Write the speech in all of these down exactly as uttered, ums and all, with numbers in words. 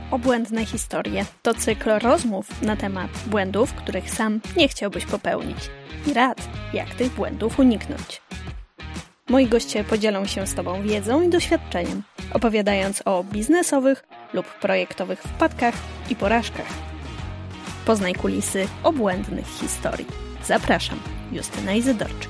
Obłędne historie to cykl rozmów na temat błędów, których sam nie chciałbyś popełnić i rad, jak tych błędów uniknąć. Moi goście podzielą się z Tobą wiedzą i doświadczeniem, opowiadając o biznesowych lub projektowych wpadkach i porażkach. Poznaj kulisy obłędnych historii. Zapraszam, Justyna Izydorczyk.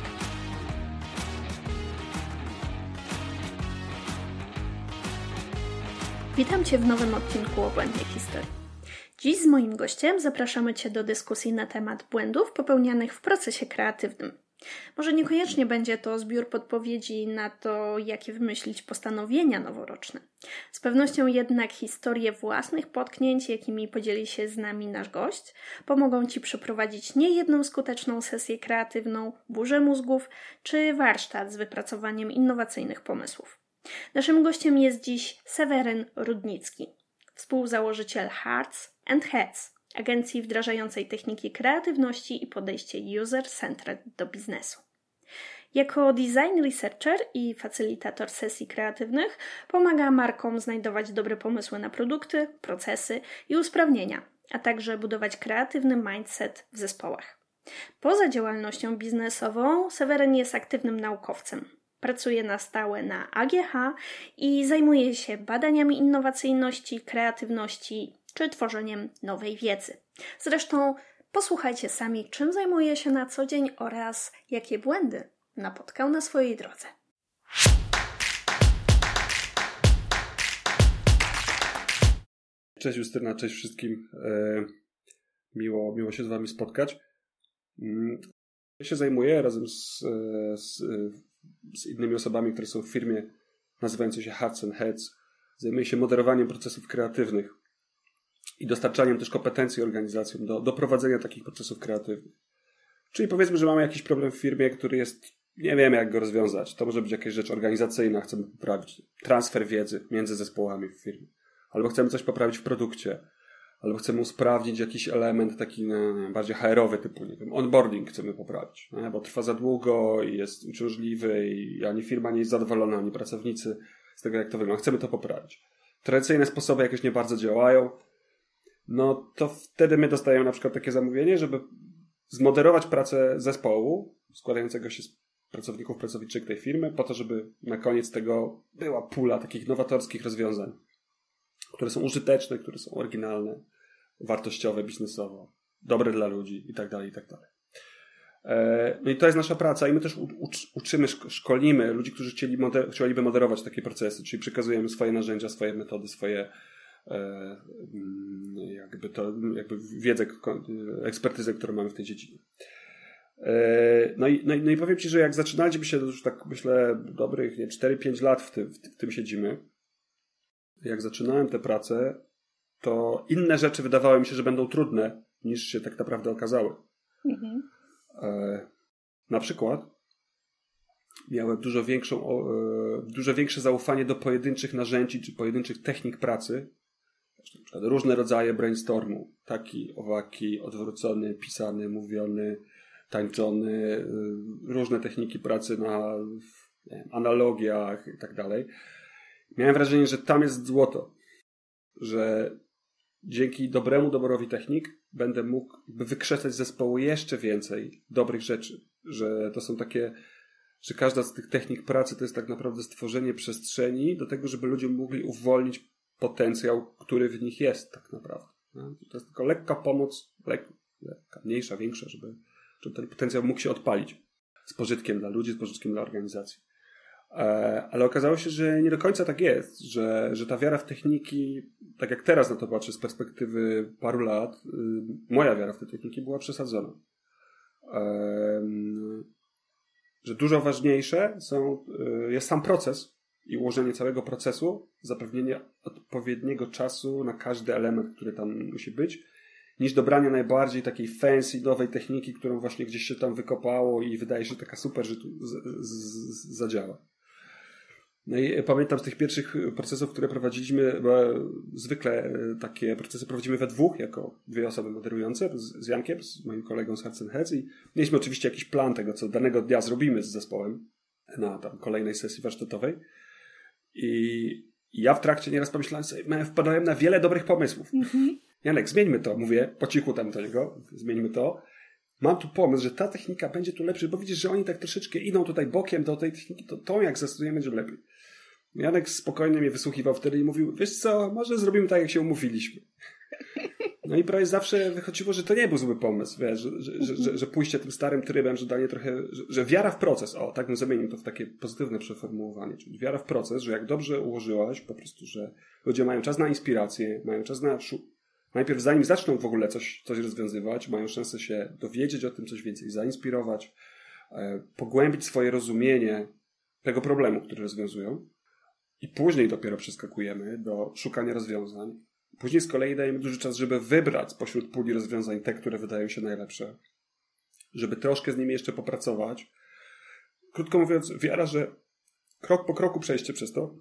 Witam Cię w nowym odcinku Obłędnej Historii. Dziś z moim gościem zapraszamy Cię do dyskusji na temat błędów popełnianych w procesie kreatywnym. Może niekoniecznie będzie to zbiór podpowiedzi na to, jakie wymyślić postanowienia noworoczne. Z pewnością jednak historie własnych potknięć, jakimi podzieli się z nami nasz gość, pomogą Ci przeprowadzić niejedną skuteczną sesję kreatywną, burzę mózgów czy warsztat z wypracowaniem innowacyjnych pomysłów. Naszym gościem jest dziś Seweryn Rudnicki, współzałożyciel Hearts and Heads, agencji wdrażającej techniki kreatywności i podejście user-centered do biznesu. Jako design researcher i facylitator sesji kreatywnych pomaga markom znajdować dobre pomysły na produkty, procesy i usprawnienia, a także budować kreatywny mindset w zespołach. Poza działalnością biznesową Seweryn jest aktywnym naukowcem. Pracuje na stałe na A G H i zajmuje się badaniami innowacyjności, kreatywności czy tworzeniem nowej wiedzy. Zresztą posłuchajcie sami, czym zajmuje się na co dzień oraz jakie błędy napotkał na swojej drodze. Cześć Justyna, cześć wszystkim. E, miło, miło się z Wami spotkać. Ja się zajmuję razem z, z z innymi osobami, które są w firmie nazywającej się Hearts and Heads. Zajmuję się moderowaniem procesów kreatywnych i dostarczaniem też kompetencji organizacjom do, do prowadzenia takich procesów kreatywnych. Czyli powiedzmy, że mamy jakiś problem w firmie, który jest, nie wiemy jak go rozwiązać. To może być jakaś rzecz organizacyjna, chcemy poprawić transfer wiedzy między zespołami w firmie. Albo chcemy coś poprawić w produkcie. Albo chcemy usprawnić jakiś element taki no, bardziej H R-owy, typu nie wiem, onboarding chcemy poprawić, nie? Bo trwa za długo i jest uciążliwy i ani firma nie jest zadowolona, ani pracownicy z tego, jak to wygląda. Chcemy to poprawić. Tradycyjne sposoby jakieś nie bardzo działają. No to wtedy my dostajemy na przykład takie zamówienie, żeby zmoderować pracę zespołu składającego się z pracowników, pracowniczych tej firmy, po to, żeby na koniec tego była pula takich nowatorskich rozwiązań, które są użyteczne, które są oryginalne, wartościowe, biznesowo, dobre dla ludzi i tak dalej, i tak dalej. No i to jest nasza praca i my też ucz, uczymy, szkolimy ludzi, którzy chcieli moder- chcieliby moderować takie procesy, czyli przekazujemy swoje narzędzia, swoje metody, swoje jakby to, jakby wiedzę, ekspertyzę, którą mamy w tej dziedzinie. No i, no i, no i powiem Ci, że jak zaczynaliśmy się, to już tak myślę dobrych nie, cztery pięć lat w tym, w tym siedzimy. Jak zaczynałem tę pracę, to inne rzeczy wydawały mi się, że będą trudne, niż się tak naprawdę okazały. Mhm. E, na przykład miałem dużo, większą, e, dużo większe zaufanie do pojedynczych narzędzi czy pojedynczych technik pracy. Na przykład różne rodzaje brainstormu. Taki, owaki, odwrócony, pisany, mówiony, tańczony. E, różne techniki pracy na nie wiem, analogiach i tak dalej. Miałem wrażenie, że tam jest złoto, że dzięki dobremu doborowi technik będę mógł wykrzesać z zespołu jeszcze więcej dobrych rzeczy, że to są takie, że każda z tych technik pracy to jest tak naprawdę stworzenie przestrzeni do tego, żeby ludzie mogli uwolnić potencjał, który w nich jest tak naprawdę. To jest tylko lekka pomoc, lekka, lekka mniejsza, większa, żeby, żeby ten potencjał mógł się odpalić z pożytkiem dla ludzi, z pożytkiem dla organizacji. Ale okazało się, że nie do końca tak jest, że, że ta wiara w techniki, tak jak teraz na to patrzę z perspektywy paru lat, moja wiara w te techniki była przesadzona. Że dużo ważniejsze są, jest sam proces i ułożenie całego procesu, zapewnienie odpowiedniego czasu na każdy element, który tam musi być, niż dobranie najbardziej takiej fancy, nowej techniki, którą właśnie gdzieś się tam wykopało i wydaje się taka super, że tu z, z, zadziała. No i pamiętam z tych pierwszych procesów, które prowadziliśmy, bo zwykle takie procesy prowadzimy we dwóch, jako dwie osoby moderujące, z Jankiem, z moim kolegą z Hearts and Heads i mieliśmy oczywiście jakiś plan tego, co danego dnia zrobimy z zespołem na tam kolejnej sesji warsztatowej. I I ja w trakcie nieraz pomyślałem sobie, wpadałem na wiele dobrych pomysłów. Mm-hmm. Janek, zmieńmy to, mówię, po cichu tam do niego, zmieńmy to. Mam tu pomysł, że ta technika będzie tu lepsza, bo widzisz, że oni tak troszeczkę idą tutaj bokiem do tej techniki, to tą jak zastosujemy, będzie lepiej. Janek spokojnie mnie wysłuchiwał wtedy i mówił, wiesz co, może zrobimy tak, jak się umówiliśmy. No i prawie zawsze wychodziło, że to nie był zły pomysł, wiesz, że, że, że, że, że pójście tym starym trybem, że danie trochę, że, że wiara w proces, o, tak bym zamienił to w takie pozytywne przeformułowanie, czyli wiara w proces, że jak dobrze ułożyłaś, po prostu, że ludzie mają czas na inspirację, mają czas na najpierw zanim zaczną w ogóle coś, coś rozwiązywać, mają szansę się dowiedzieć o tym coś więcej, zainspirować, e, pogłębić swoje rozumienie tego problemu, który rozwiązują i później dopiero przeskakujemy do szukania rozwiązań. Później z kolei dajemy duży czas, żeby wybrać spośród puli rozwiązań te, które wydają się najlepsze, żeby troszkę z nimi jeszcze popracować. Krótko mówiąc, wiara, że krok po kroku przejście przez to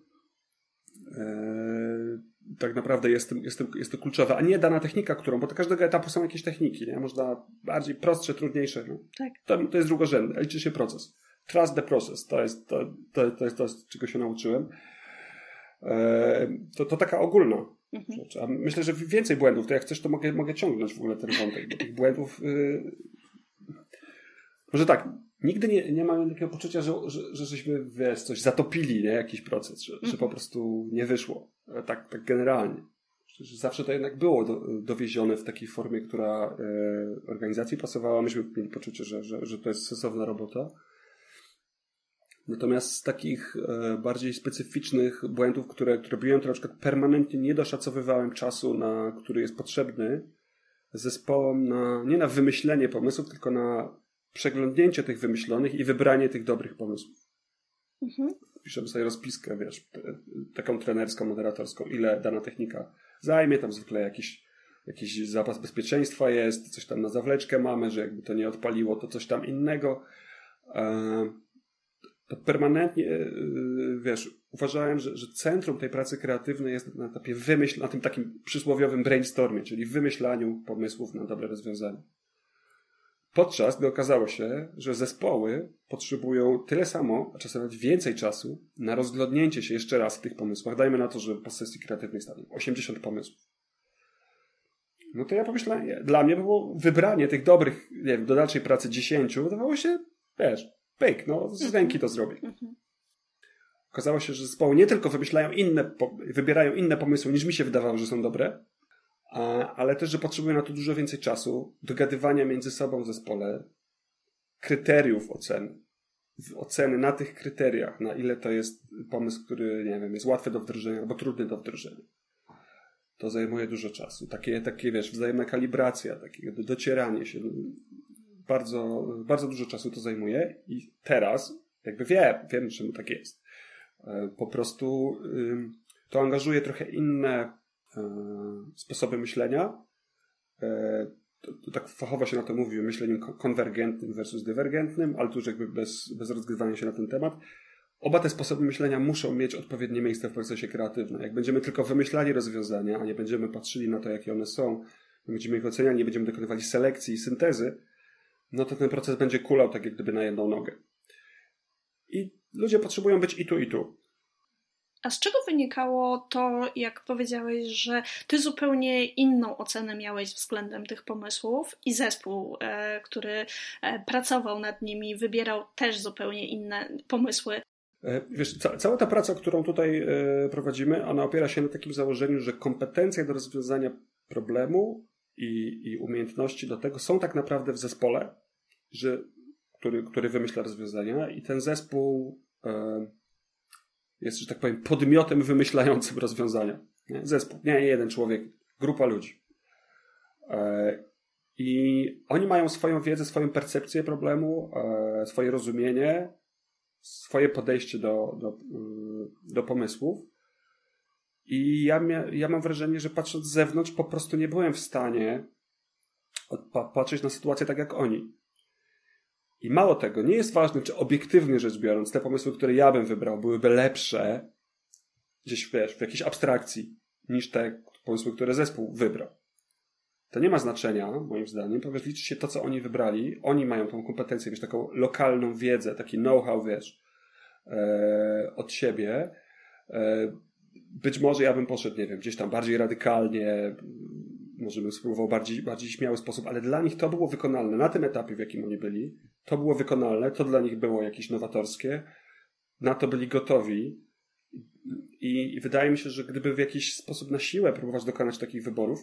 e, tak naprawdę jest, jest, jest to kluczowe, a nie dana technika, którą, bo do każdego etapu są jakieś techniki, nie? Można bardziej prostsze, trudniejsze. No. Tak. To, to jest drugorzędne, liczy się proces. Trust the process, to jest to, to, to, jest to czego się nauczyłem. E, to, to taka ogólna mhm. rzecz. A myślę, że więcej błędów, to jak chcesz, to mogę, mogę ciągnąć w ogóle ten wątek, bo tych błędów... Yy... Może tak, nigdy nie, nie mamy takiego poczucia, że, że, że żeśmy wiesz, coś zatopili, nie? Jakiś proces, że, mhm. że po prostu nie wyszło. Tak, tak generalnie. Że zawsze to jednak było do, dowiezione w takiej formie, która e, organizacji pasowała. Myśmy mieli poczucie, że, że, że to jest sensowna robota. Natomiast z takich e, bardziej specyficznych błędów, które, które robiłem, to na przykład permanentnie nie doszacowywałem czasu, na który jest potrzebny zespołom na, nie na wymyślenie pomysłów, tylko na przeglądnięcie tych wymyślonych i wybranie tych dobrych pomysłów. Mhm. Piszemy sobie rozpiskę, wiesz, te, taką trenerską, moderatorską, ile dana technika zajmie, tam zwykle jakiś, jakiś zapas bezpieczeństwa jest, coś tam na zawleczkę mamy, że jakby to nie odpaliło, to coś tam innego. E, to permanentnie, wiesz, uważałem, że, że centrum tej pracy kreatywnej jest na etapie wymyśl, na tym takim przysłowiowym brainstormie, czyli wymyślaniu pomysłów na dobre rozwiązania. Podczas gdy okazało się, że zespoły potrzebują tyle samo, a czasem nawet więcej czasu na rozglądnięcie się jeszcze raz w tych pomysłach. Dajmy na to, że po sesji kreatywnej stanie osiemdziesiąt pomysłów. No to ja pomyślałem, dla mnie było wybranie tych dobrych, nie wiem, do dalszej pracy dziesięciu, wydawało się, wiesz, pyk, no z ręki to zrobię. Okazało się, że zespoły nie tylko wymyślają inne, wybierają inne pomysły, niż mi się wydawało, że są dobre, ale też, że potrzebują na to dużo więcej czasu, dogadywania między sobą w zespole, kryteriów oceny, oceny na tych kryteriach, na ile to jest pomysł, który, nie wiem, jest łatwy do wdrożenia albo trudny do wdrożenia. To zajmuje dużo czasu. Takie, takie wiesz, wzajemna kalibracja, takie docieranie się. Bardzo, bardzo dużo czasu to zajmuje i teraz jakby wiem, wiem, czemu tak jest. Po prostu to angażuje trochę inne sposoby myślenia. To, to tak fachowo się na to mówi, myśleniem konwergentnym versus dywergentnym, ale tu już jakby bez, bez rozgrywania się na ten temat. Oba te sposoby myślenia muszą mieć odpowiednie miejsce w procesie kreatywnym. Jak będziemy tylko wymyślali rozwiązania, a nie będziemy patrzyli na to, jakie one są, nie będziemy ich oceniali, nie będziemy dokonywali selekcji i syntezy, no to ten proces będzie kulał tak jak gdyby na jedną nogę. I ludzie potrzebują być i tu, i tu. A z czego wynikało to, jak powiedziałeś, że ty zupełnie inną ocenę miałeś względem tych pomysłów i zespół, e, który e, pracował nad nimi, wybierał też zupełnie inne pomysły? E, wiesz, ca- cała ta praca, którą tutaj e, prowadzimy, ona opiera się na takim założeniu, że kompetencje do rozwiązania problemu i, i umiejętności do tego są tak naprawdę w zespole, że, który, który wymyśla rozwiązania i ten zespół e, jest, że tak powiem, podmiotem wymyślającym rozwiązania. Nie? Zespół, nie jeden człowiek, grupa ludzi. E, I oni mają swoją wiedzę, swoją percepcję problemu, e, swoje rozumienie, swoje podejście do, do, do pomysłów. I ja, mia, ja mam wrażenie, że patrząc z zewnątrz po prostu nie byłem w stanie patrzeć na sytuację tak jak oni. I mało tego, nie jest ważne, czy obiektywnie rzecz biorąc te pomysły, które ja bym wybrał, byłyby lepsze gdzieś wiesz, w jakiejś abstrakcji niż te pomysły, które zespół wybrał. To nie ma znaczenia, moim zdaniem, ponieważ liczy się to, co oni wybrali. Oni mają tą kompetencję, wiesz, taką lokalną wiedzę, taki know-how, wiesz, e, od siebie. E, być może ja bym poszedł, nie wiem, gdzieś tam bardziej radykalnie, może bym spróbował bardziej, bardziej śmiały sposób, ale dla nich to było wykonalne. Na tym etapie, w jakim oni byli, to było wykonalne, to dla nich było jakieś nowatorskie, na to byli gotowi i, i wydaje mi się, że gdyby w jakiś sposób na siłę próbować dokonać takich wyborów,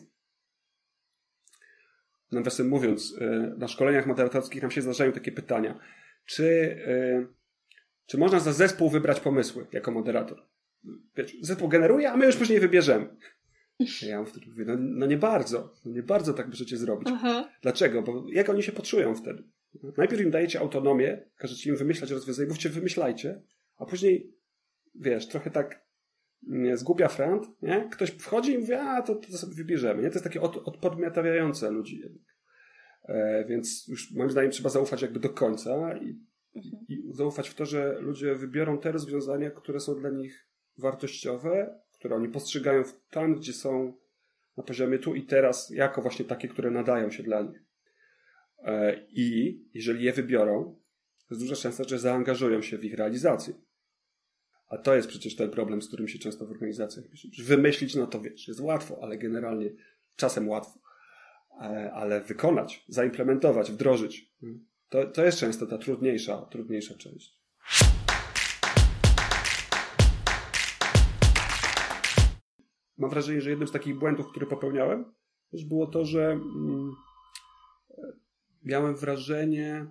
nawiasem mówiąc, na szkoleniach moderatorskich nam się zdarzają takie pytania, czy, czy można za zespół wybrać pomysły jako moderator? Wiecie, zespół generuje, a my już później wybierzemy. Ja wtedy mówię, no, no nie bardzo, no nie bardzo tak możecie zrobić. Aha. Dlaczego? Bo jak oni się poczują wtedy? Najpierw im dajecie autonomię, każecie im wymyślać rozwiązania, mówcie, wymyślajcie, a później, wiesz, trochę tak nie, zgłupia frant, nie? Ktoś wchodzi i mówi, a to, to sobie wybierzemy. Nie? To jest takie od, odpodmiotawiające ludzi. E, więc już moim zdaniem trzeba zaufać jakby do końca i, mhm. i zaufać w to, że ludzie wybiorą te rozwiązania, które są dla nich wartościowe, które oni postrzegają tam, gdzie są na poziomie tu i teraz, jako właśnie takie, które nadają się dla nich. E, I jeżeli je wybiorą, to jest duża szansa, że zaangażują się w ich realizację. A to jest przecież ten problem, z którym się często w organizacjach pisze. Wymyślić, no to wiesz, jest łatwo, ale generalnie czasem łatwo. Ale wykonać, zaimplementować, wdrożyć, to, to jest często ta trudniejsza, trudniejsza część. Mam wrażenie, że jednym z takich błędów, które popełniałem, też było to, że mm, miałem wrażenie,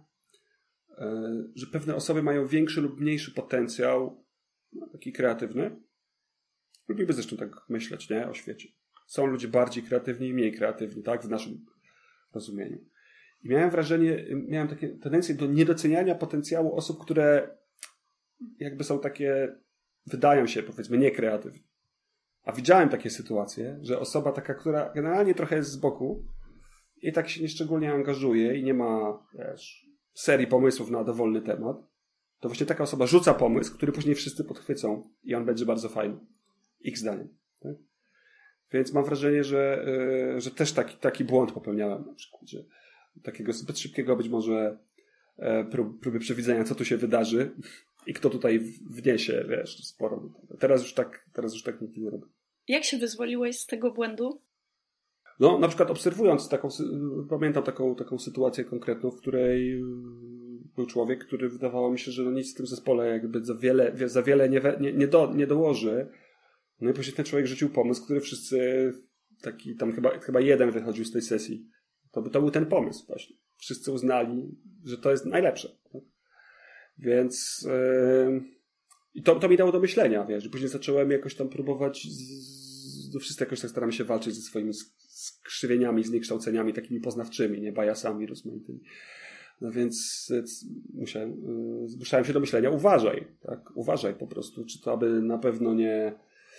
że pewne osoby mają większy lub mniejszy potencjał taki kreatywny. Lubimy zresztą tak myśleć, nie? O świecie. Są ludzie bardziej kreatywni i mniej kreatywni, tak? W naszym rozumieniu. I miałem wrażenie, miałem takie tendencje do niedoceniania potencjału osób, które jakby są takie, wydają się, powiedzmy, niekreatywne. A widziałem takie sytuacje, że osoba taka, która generalnie trochę jest z boku i tak się nieszczególnie angażuje i nie ma, wiesz, serii pomysłów na dowolny temat, to właśnie taka osoba rzuca pomysł, który później wszyscy podchwycą i on będzie bardzo fajny. Ich zdaniem. Tak? Więc mam wrażenie, że, że też taki, taki błąd popełniałem na przykład, że takiego zbyt szybkiego być może prób, próby przewidzenia, co tu się wydarzy i kto tutaj wniesie, wiesz, sporo. Teraz już tak, teraz już tak nikt nie robi. Jak się wyzwoliłeś z tego błędu? No, na przykład obserwując taką, pamiętam taką, taką sytuację konkretną, w której był człowiek, który wydawało mi się, że no nic w tym zespole jakby za wiele, za wiele nie, nie, nie, do, nie dołoży. No i później ten człowiek rzucił pomysł, który wszyscy, taki tam chyba, chyba jeden wychodził z tej sesji. To, to był ten pomysł właśnie. Wszyscy uznali, że to jest najlepsze. Tak? Więc yy, i to, to mi dało do myślenia, wiesz. Później zacząłem jakoś tam próbować, z, z, wszyscy jakoś tak staramy się walczyć ze swoimi skrzywieniami, zniekształceniami takimi poznawczymi, nie, bajasami rozmaitymi. No więc musiałem, yy, zmuszałem się do myślenia, uważaj, tak? Uważaj po prostu, czy to aby na pewno nie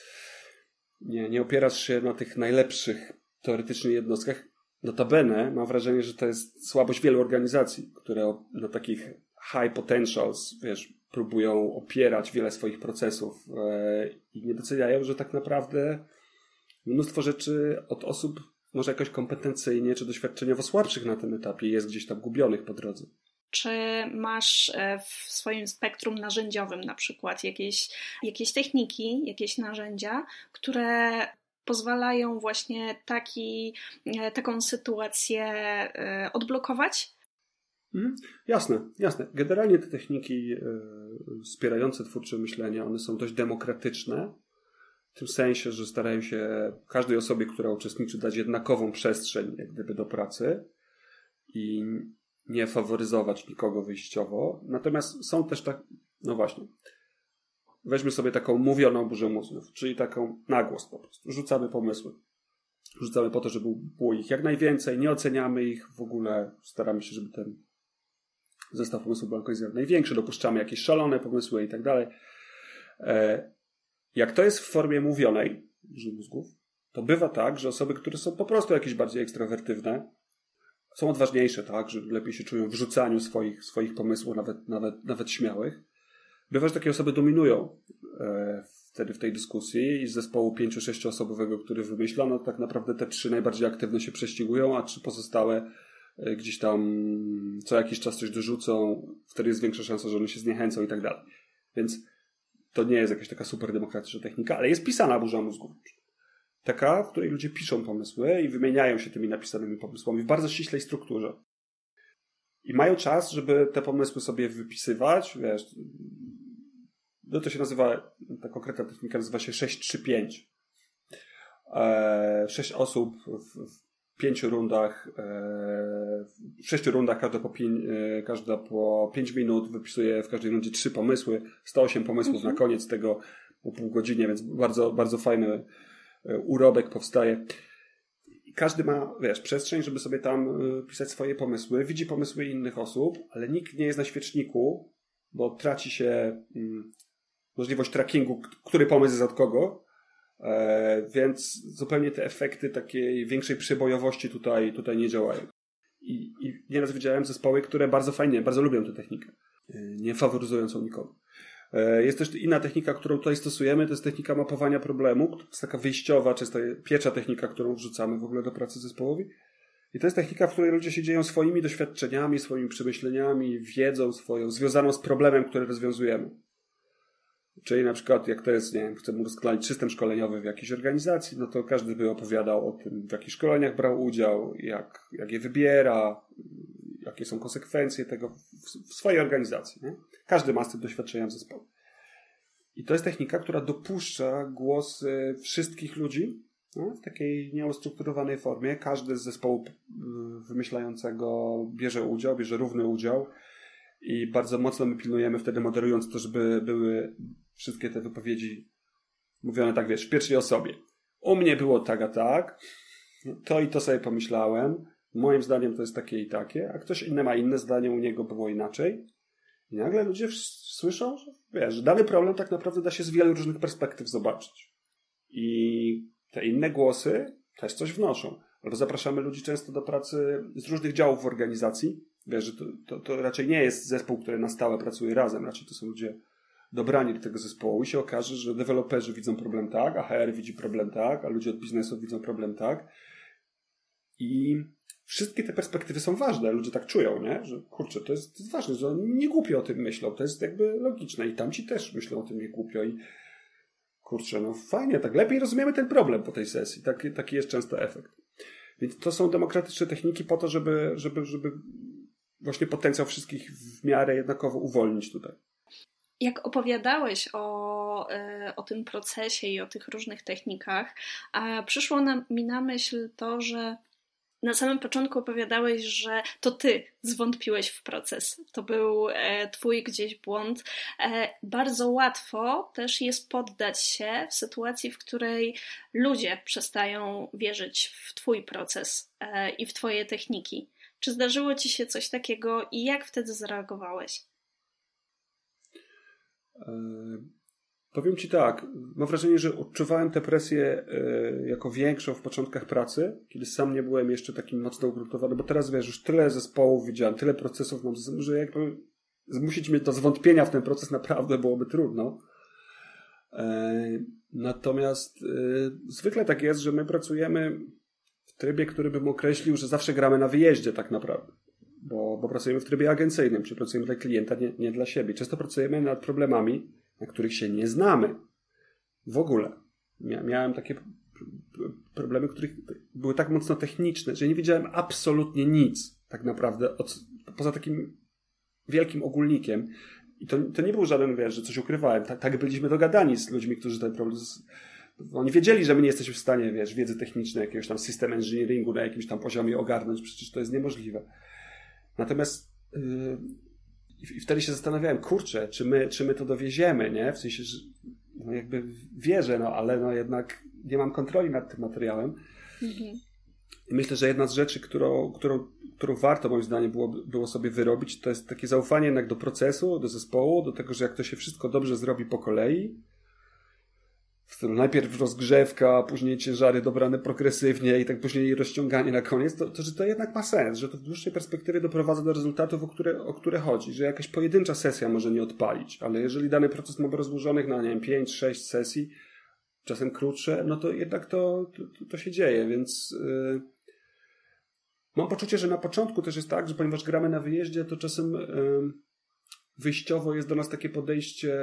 Nie, nie opierasz się na tych najlepszych teoretycznych jednostkach. Notabene mam wrażenie, że to jest słabość wielu organizacji, które na takich high potentials, wiesz, próbują opierać wiele swoich procesów e, i nie doceniają, że tak naprawdę mnóstwo rzeczy od osób może jakoś kompetencyjnie czy doświadczeniowo słabszych na tym etapie jest gdzieś tam gubionych po drodze. Czy masz w swoim spektrum narzędziowym na przykład jakieś, jakieś techniki, jakieś narzędzia, które pozwalają właśnie taki, taką sytuację odblokować? Mhm. Jasne, jasne. Generalnie te techniki wspierające twórcze myślenie, one są dość demokratyczne, w tym sensie, że starają się każdej osobie, która uczestniczy, dać jednakową przestrzeń jak gdyby do pracy i nie faworyzować nikogo wyjściowo. Natomiast są też tak, no właśnie, weźmy sobie taką mówioną burzę mózgów, czyli taką nagłos po prostu. Rzucamy pomysły. Rzucamy po to, żeby było ich jak najwięcej, nie oceniamy ich w ogóle, staramy się, żeby ten zestaw pomysłów był jak największy, dopuszczamy jakieś szalone pomysły i tak dalej. Jak to jest w formie mówionej burzy mózgów, to bywa tak, że osoby, które są po prostu jakieś bardziej ekstrawertywne, są odważniejsze, tak, że lepiej się czują w rzucaniu swoich, swoich pomysłów, nawet, nawet, nawet śmiałych. Bywa, że takie osoby dominują e, wtedy w tej dyskusji i z zespołu pięcio-sześcioosobowego, który wymyśla, no tak naprawdę te trzy najbardziej aktywne się prześcigują, a trzy pozostałe e, gdzieś tam co jakiś czas coś dorzucą, wtedy jest większa szansa, że one się zniechęcą i tak dalej. Więc to nie jest jakaś taka super demokratyczna technika, ale jest pisana burza mózgów. Taka, w której ludzie piszą pomysły i wymieniają się tymi napisanymi pomysłami w bardzo ściślej strukturze. I mają czas, żeby te pomysły sobie wypisywać, wiesz, no to się nazywa, ta konkretna technika nazywa się sześć trzy pięć. E, sześć osób w, w pięciu rundach, e, w sześciu rundach, każda po, pięć, e, każda po pięć minut wypisuje w każdej rundzie trzy pomysły, sto osiem pomysłów mhm. na koniec tego po pół godzinie, więc bardzo, bardzo fajny e, urobek powstaje. I każdy ma, wiesz, przestrzeń, żeby sobie tam e, pisać swoje pomysły, widzi pomysły innych osób, ale nikt nie jest na świeczniku, bo traci się mm, możliwość trackingu, który pomysł jest od kogo. E, więc zupełnie te efekty takiej większej przebojowości tutaj, tutaj nie działają. I, I nieraz widziałem zespoły, które bardzo fajnie, bardzo lubią tę technikę, e, nie faworyzującą nikogo. E, jest też inna technika, którą tutaj stosujemy, to jest technika mapowania problemu. To jest taka wyjściowa, czysta pierwsza technika, którą wrzucamy w ogóle do pracy zespołowi. I to jest technika, w której ludzie się dzieją swoimi doświadczeniami, swoimi przemyśleniami, wiedzą swoją, związaną z problemem, który rozwiązujemy. Czyli na przykład, jak to jest, nie wiem, chcemy udoskonalić system szkoleniowy w jakiejś organizacji, no to każdy by opowiadał o tym, w jakich szkoleniach brał udział, jak, jak je wybiera, jakie są konsekwencje tego w, w swojej organizacji. Nie? Każdy ma z tym doświadczenia w zespole. I to jest technika, która dopuszcza głosy wszystkich ludzi, no, w takiej nieustrukturowanej formie. Każdy z zespołu wymyślającego bierze udział, bierze równy udział. I bardzo mocno my pilnujemy wtedy, moderując to, żeby były wszystkie te wypowiedzi mówione tak, wiesz, w pierwszej osobie. U mnie było tak, a tak, to i to sobie pomyślałem, moim zdaniem to jest takie i takie, a ktoś inny ma inne zdanie, u niego było inaczej. I nagle ludzie słyszą, że wiesz, że dany problem tak naprawdę da się z wielu różnych perspektyw zobaczyć. I te inne głosy też coś wnoszą. Albo zapraszamy ludzi często do pracy z różnych działów w organizacji. Wiesz, że to, to, to raczej nie jest zespół, który na stałe pracuje razem. Raczej to są ludzie dobrani do tego zespołu i się okaże, że deweloperzy widzą problem tak, a H R widzi problem tak, a ludzie od biznesu widzą problem tak. I wszystkie te perspektywy są ważne. Ludzie tak czują, nie? Że kurczę, to jest, to jest ważne, że oni nie głupio o tym myślą. To jest jakby logiczne i tamci też myślą o tym nie głupio i kurczę, no fajnie, tak lepiej rozumiemy ten problem po tej sesji. Taki, taki jest często efekt. Więc to są demokratyczne techniki po to, żeby, żeby, żeby właśnie potencjał wszystkich w miarę jednakowo uwolnić tutaj. Jak opowiadałeś o, o tym procesie i o tych różnych technikach, a przyszło nam, mi na myśl to, że na samym początku opowiadałeś, że to ty zwątpiłeś w proces. To był e, twój gdzieś błąd. E, bardzo łatwo też jest poddać się w sytuacji, w której ludzie przestają wierzyć w twój proces e, i w twoje techniki. Czy zdarzyło ci się coś takiego i jak wtedy zareagowałeś? E, powiem ci tak, mam wrażenie, że odczuwałem tę presję e, jako większą w początkach pracy, kiedy sam nie byłem jeszcze takim mocno ugruntowany, bo teraz wiesz, już tyle zespołów widziałem, tyle procesów mam, że jakby zmusić mnie do zwątpienia w ten proces naprawdę byłoby trudno. E, natomiast e, zwykle tak jest, że my pracujemy w trybie, który bym określił, że zawsze gramy na wyjeździe tak naprawdę. Bo, bo pracujemy w trybie agencyjnym, czyli pracujemy dla klienta, nie, nie dla siebie. Często pracujemy nad problemami, na których się nie znamy. W ogóle. Mia, miałem takie problemy, które były tak mocno techniczne, że nie wiedziałem absolutnie nic tak naprawdę, od, poza takim wielkim ogólnikiem. I to, to nie był żaden, wiesz, że coś ukrywałem. Tak, tak byliśmy dogadani z ludźmi, którzy ten problem... Z, oni wiedzieli, że my nie jesteśmy w stanie, wiesz, wiedzy technicznej, jakiegoś tam system engineeringu na jakimś tam poziomie ogarnąć. Przecież to jest niemożliwe. Natomiast yy, i wtedy się zastanawiałem, kurczę, czy my, czy my to dowieziemy, nie? W sensie, że no jakby wierzę, no ale no jednak nie mam kontroli nad tym materiałem. Mhm. I myślę, że jedna z rzeczy, którą, którą, którą warto moim zdaniem było, było sobie wyrobić, to jest takie zaufanie jednak do procesu, do zespołu, do tego, że jak to się wszystko dobrze zrobi po kolei, w stylu najpierw rozgrzewka, później ciężary dobrane progresywnie i tak później rozciąganie na koniec, to, to że to jednak ma sens, że to w dłuższej perspektywie doprowadza do rezultatów, o które, o które chodzi, że jakaś pojedyncza sesja może nie odpalić, ale jeżeli dany proces ma rozłożonych na, nie wiem, pięć sześć sesji, czasem krótsze, no to jednak to, to, to się dzieje, więc yy, mam poczucie, że na początku też jest tak, że ponieważ gramy na wyjeździe, to czasem yy, wyjściowo jest do nas takie podejście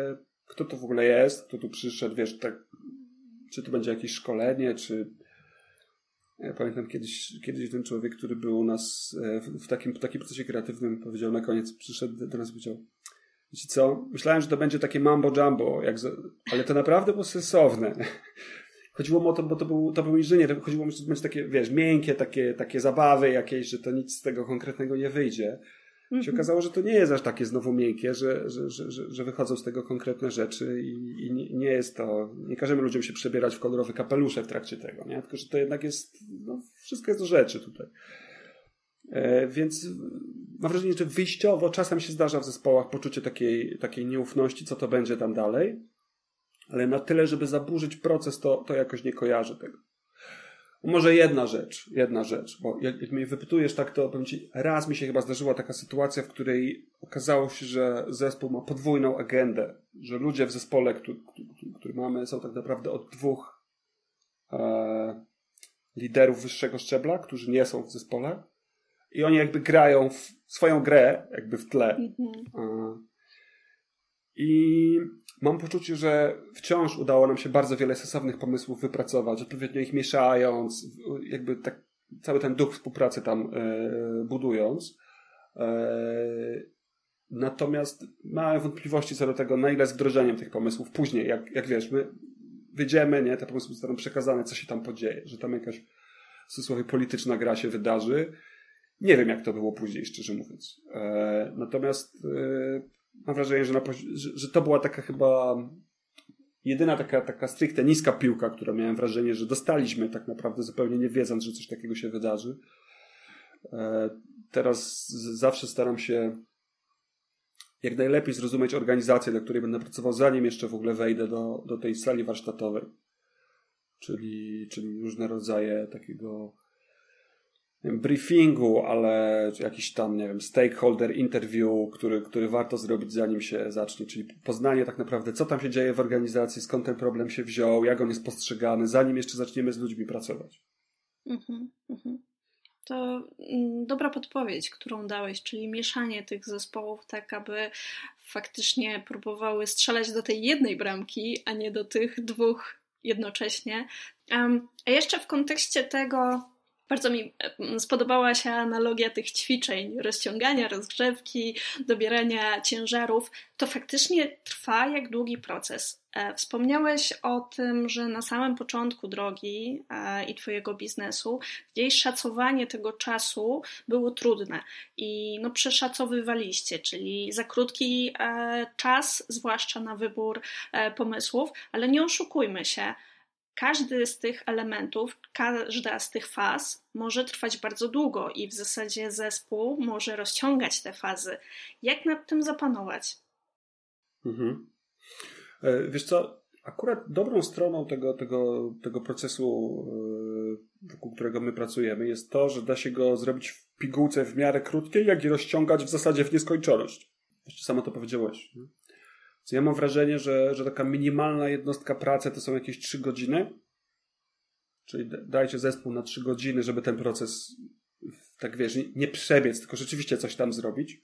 kto to w ogóle jest, kto tu przyszedł, wiesz, tak, czy to będzie jakieś szkolenie, czy... Ja pamiętam kiedyś, kiedyś ten człowiek, który był u nas w takim, w takim procesie kreatywnym, powiedział na koniec, przyszedł do nas i powiedział: wiecie co, myślałem, że to będzie takie mambo jumbo, jak za... ale to naprawdę było sensowne. Chodziło mu o to, bo to był, to był inżynier, chodziło mu, że to będzie takie, wiesz, miękkie, takie, takie zabawy jakieś, że to nic z tego konkretnego nie wyjdzie. Mm-hmm. Się okazało, że to nie jest aż takie znowu miękkie, że, że, że, że, że wychodzą z tego konkretne rzeczy i, i nie, nie jest to, nie każemy ludziom się przebierać w kolorowe kapelusze w trakcie tego, nie? Tylko że to jednak jest, no, wszystko jest do rzeczy tutaj. E, więc mam wrażenie, że wyjściowo czasem się zdarza w zespołach poczucie takiej, takiej nieufności, co to będzie tam dalej, ale na tyle, żeby zaburzyć proces, to, to jakoś nie kojarzę tego. Może jedna rzecz, jedna rzecz, bo jak, jak mnie wypytujesz tak, to powiem ci, raz mi się chyba zdarzyła taka sytuacja, w której okazało się, że zespół ma podwójną agendę, że ludzie w zespole, który, który, który mamy, są tak naprawdę od dwóch e, liderów wyższego szczebla, którzy nie są w zespole i oni jakby grają w swoją grę, jakby w tle. Mm-hmm. E, I mam poczucie, że wciąż udało nam się bardzo wiele sensownych pomysłów wypracować, odpowiednio ich mieszając, jakby tak cały ten duch współpracy tam e, budując. E, natomiast mam wątpliwości co do tego, na ile z wdrożeniem tych pomysłów później, jak, jak wiesz, my wyjdziemy, nie, te pomysły zostaną przekazane, co się tam podzieje, że tam jakaś w cudzysłowie polityczna gra się wydarzy. Nie wiem, jak to było później, szczerze mówiąc. E, natomiast e, mam wrażenie, że, na, że, że to była taka chyba jedyna taka, taka stricte niska piłka, która miałem wrażenie, że dostaliśmy tak naprawdę zupełnie nie wiedząc, że coś takiego się wydarzy. E, teraz z, zawsze staram się jak najlepiej zrozumieć organizację, dla której będę pracował, zanim jeszcze w ogóle wejdę do, do tej sali warsztatowej. Czyli, czyli różne rodzaje takiego nie wiem, briefingu, ale jakiś tam, nie wiem, stakeholder interview, który, który warto zrobić zanim się zacznie, czyli poznanie tak naprawdę, co tam się dzieje w organizacji, skąd ten problem się wziął, jak on jest postrzegany, zanim jeszcze zaczniemy z ludźmi pracować. Mhm, mhm. To dobra podpowiedź, którą dałeś, czyli mieszanie tych zespołów tak, aby faktycznie próbowały strzelać do tej jednej bramki, a nie do tych dwóch jednocześnie. Um, a jeszcze w kontekście tego bardzo mi spodobała się analogia tych ćwiczeń, rozciągania, rozgrzewki, dobierania ciężarów. To faktycznie trwa jak długi proces. Wspomniałeś o tym, że na samym początku drogi i twojego biznesu gdzieś szacowanie tego czasu było trudne i no przeszacowywaliście, czyli za krótki czas, zwłaszcza na wybór pomysłów, ale nie oszukujmy się. Każdy z tych elementów, każda z tych faz może trwać bardzo długo i w zasadzie zespół może rozciągać te fazy. Jak nad tym zapanować? Mhm. Wiesz co, akurat dobrą stroną tego, tego, tego procesu, wokół którego my pracujemy, jest to, że da się go zrobić w pigułce w miarę krótkiej, jak i rozciągać w zasadzie w nieskończoność. Jeszcze samo to powiedziałeś. Nie? Ja mam wrażenie, że, że taka minimalna jednostka pracy to są jakieś trzy godziny. Czyli dajcie zespół na trzy godziny, żeby ten proces, tak wiesz, nie, nie przebiec, tylko rzeczywiście coś tam zrobić.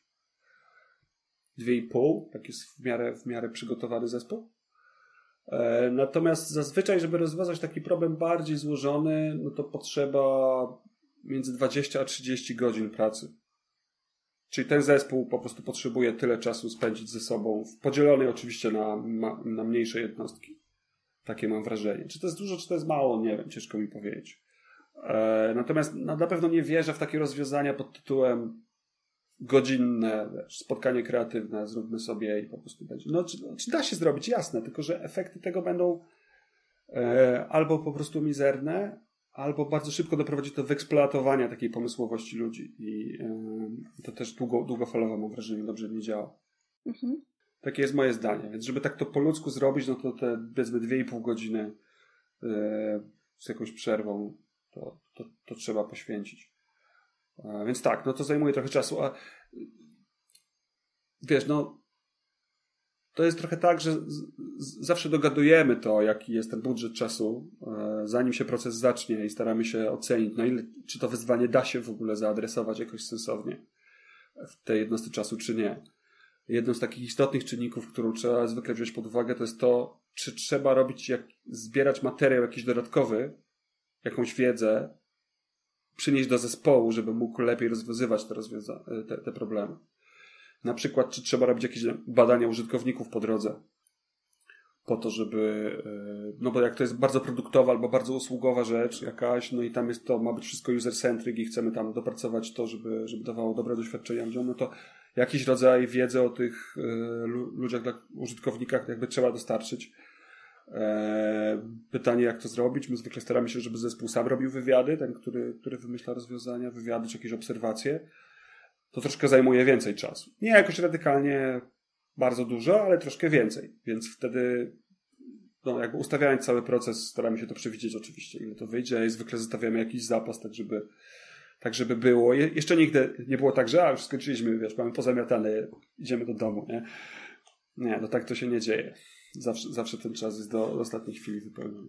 Dwie i pół, tak jest w miarę, w miarę przygotowany zespół. E, natomiast zazwyczaj, żeby rozwiązać taki problem bardziej złożony, no to potrzeba między dwadzieścia a trzydzieści godzin pracy. Czyli ten zespół po prostu potrzebuje tyle czasu spędzić ze sobą, podzielony oczywiście na, na mniejsze jednostki. Takie mam wrażenie. Czy to jest dużo, czy to jest mało? Nie wiem, ciężko mi powiedzieć. E, natomiast no, na pewno nie wierzę w takie rozwiązania pod tytułem godzinne, wiesz, spotkanie kreatywne, zróbmy sobie i po prostu będzie. No, czy, czy da się zrobić? Jasne, tylko że efekty tego będą e, albo po prostu mizerne, albo bardzo szybko doprowadzi do wyeksploatowania takiej pomysłowości ludzi. I e, to też długo, długofalowo, mam wrażenie, dobrze nie działa. Mhm. Takie jest moje zdanie. Więc żeby tak to po ludzku zrobić, no to te powiedzmy dwie i pół godziny e, z jakąś przerwą to, to, to trzeba poświęcić. E, więc tak, no to zajmuje trochę czasu. A wiesz, no to jest trochę tak, że z, z, zawsze dogadujemy to, jaki jest ten budżet czasu, e, zanim się proces zacznie i staramy się ocenić, na ile, czy to wyzwanie da się w ogóle zaadresować jakoś sensownie w tej jednostce czasu, czy nie. jedną z takich istotnych czynników, którą trzeba zwykle wziąć pod uwagę, to jest to, czy trzeba robić, jak, zbierać materiał jakiś dodatkowy, jakąś wiedzę, przynieść do zespołu, żeby mógł lepiej rozwiązywać te, rozwiąza- te, te problemy. Na przykład, czy trzeba robić jakieś badania użytkowników po drodze, po to, żeby, no bo jak to jest bardzo produktowa albo bardzo usługowa rzecz jakaś, no i tam jest to, ma być wszystko user-centric i chcemy tam dopracować to, żeby, żeby dawało dobre doświadczenia ludziom, no to jakiś rodzaj wiedzy o tych ludziach, użytkownikach jakby trzeba dostarczyć. Pytanie, jak to zrobić? My zwykle staramy się, żeby zespół sam robił wywiady, ten, który, który wymyśla rozwiązania, wywiady czy jakieś obserwacje. To troszkę zajmuje więcej czasu. Nie jakoś radykalnie bardzo dużo, ale troszkę więcej. Więc wtedy, no jakby ustawiając cały proces, staramy się to przewidzieć oczywiście, ile to wyjdzie i zwykle zostawiamy jakiś zapas, tak żeby, tak żeby było. Je, jeszcze nigdy nie było tak, że a już skończyliśmy, wiesz, mamy pozamiatane, idziemy do domu, nie? Nie, no tak to się nie dzieje. Zawsze, zawsze ten czas jest do, do ostatniej chwili wypełniony.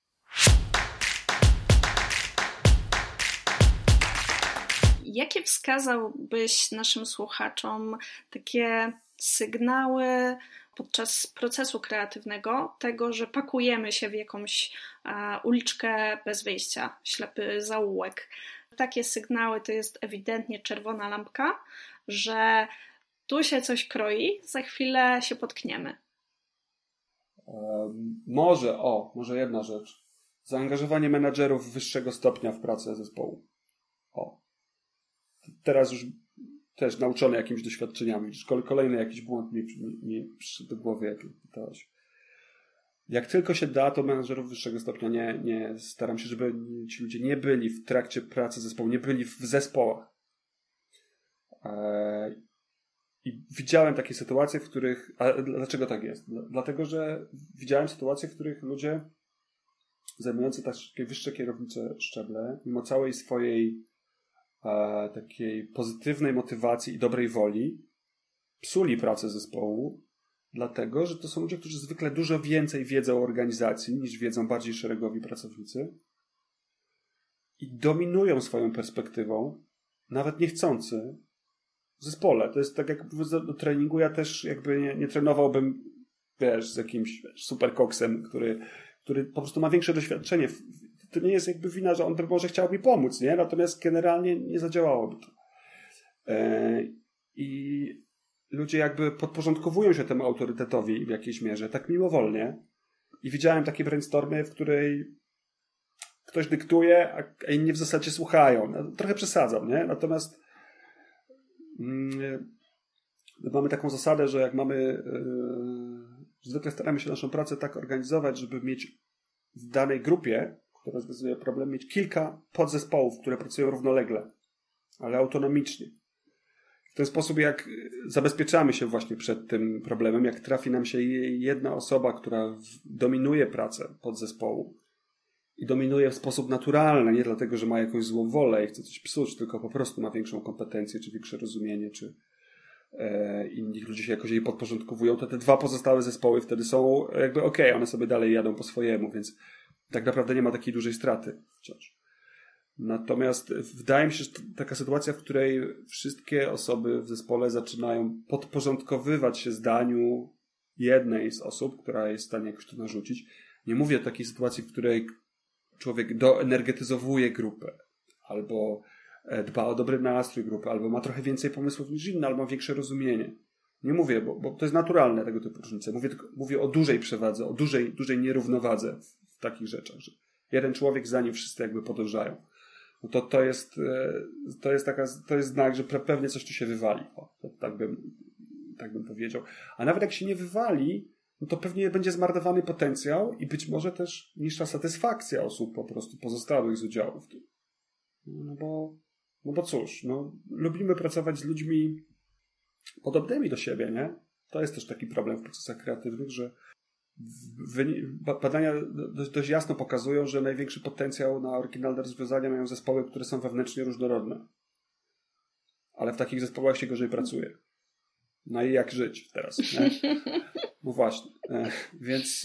Jakie wskazałbyś naszym słuchaczom takie sygnały podczas procesu kreatywnego tego, że pakujemy się w jakąś a, uliczkę bez wyjścia, ślepy zaułek? Takie sygnały to jest ewidentnie czerwona lampka, że tu się coś kroi, za chwilę się potkniemy. Um, może, o, może jedna rzecz. Zaangażowanie menadżerów wyższego stopnia w pracę zespołu. O. Teraz już też nauczony jakimiś doświadczeniami. Kolejny jakiś błąd mi, mi, mi przyszedł do głowy, jak pytałeś. Jak tylko się da, to menadżerów wyższego stopnia nie, nie staram się, żeby ci ludzie nie byli w trakcie pracy zespołu, nie byli w zespołach. Eee, I widziałem takie sytuacje, w których... A dlaczego tak jest? Dlatego, że widziałem sytuacje, w których ludzie zajmujący takie wyższe kierownicze szczeble, mimo całej swojej a, takiej pozytywnej motywacji i dobrej woli, psuli pracę zespołu, dlatego, że to są ludzie, którzy zwykle dużo więcej wiedzą o organizacji, niż wiedzą bardziej szeregowi pracownicy i dominują swoją perspektywą, nawet niechcący, w zespole. To jest tak jak do treningu, ja też jakby nie, nie trenowałbym, wiesz, z jakimś wiesz, super koksem, który, który po prostu ma większe doświadczenie. To nie jest jakby wina, że on by może chciał mi pomóc, nie? Natomiast generalnie nie zadziałałoby to. Yy, I ludzie jakby podporządkowują się temu autorytetowi w jakiejś mierze, tak mimowolnie. I widziałem takie brainstormy, w której ktoś dyktuje, a inni w zasadzie słuchają. No, trochę przesadzam, nie? Natomiast mamy taką zasadę, że jak mamy yy, zwykle staramy się naszą pracę tak organizować, żeby mieć w danej grupie, która rozwiązuje problem, mieć kilka podzespołów, które pracują równolegle, ale autonomicznie. W ten sposób jak zabezpieczamy się właśnie przed tym problemem, jak trafi nam się jedna osoba, która dominuje pracę podzespołu i dominuje w sposób naturalny, nie dlatego, że ma jakąś złą wolę i chce coś psuć, tylko po prostu ma większą kompetencję, czy większe rozumienie, czy e, inni ludzie się jakoś jej podporządkowują, to te dwa pozostałe zespoły wtedy są jakby okej, okay, one sobie dalej jadą po swojemu, więc tak naprawdę nie ma takiej dużej straty wciąż. Natomiast wydaje mi się, że taka sytuacja, w której wszystkie osoby w zespole zaczynają podporządkowywać się zdaniu jednej z osób, która jest w stanie jakoś to narzucić. Nie mówię o takiej sytuacji, w której człowiek doenergetyzowuje grupę, albo dba o dobry nastrój grupy, albo ma trochę więcej pomysłów niż inny, albo ma większe rozumienie. Nie mówię, bo, bo to jest naturalne tego typu różnice. Mówię, tylko, mówię o dużej przewadze, o dużej, dużej nierównowadze w, w takich rzeczach, że jeden człowiek za nim wszyscy jakby podążają. No to, to jest, to jest taka, to jest znak, że pewnie coś tu się wywali. O, to tak bym, tak bym powiedział. A nawet jak się nie wywali, no to pewnie będzie zmarnowany potencjał i być może też niższa satysfakcja osób po prostu pozostałych z udziału w tym. No bo, no bo cóż, no, lubimy pracować z ludźmi podobnymi do siebie, nie? To jest też taki problem w procesach kreatywnych, że badania dość jasno pokazują, że największy potencjał na oryginalne rozwiązania mają zespoły, które są wewnętrznie różnorodne. Ale w takich zespołach się gorzej pracuje. No i jak żyć teraz? Nie? No właśnie. Więc,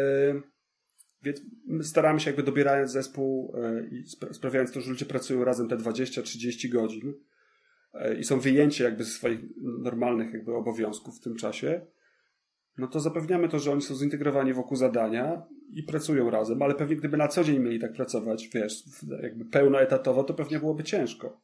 więc staramy się jakby dobierając zespół i sprawiając to, że ludzie pracują razem te dwadzieścia trzydzieści godzin, i są wyjęci jakby ze swoich normalnych jakby obowiązków w tym czasie, no to zapewniamy to, że oni są zintegrowani wokół zadania i pracują razem, ale pewnie gdyby na co dzień mieli tak pracować, wiesz, jakby pełnoetatowo, to pewnie byłoby ciężko.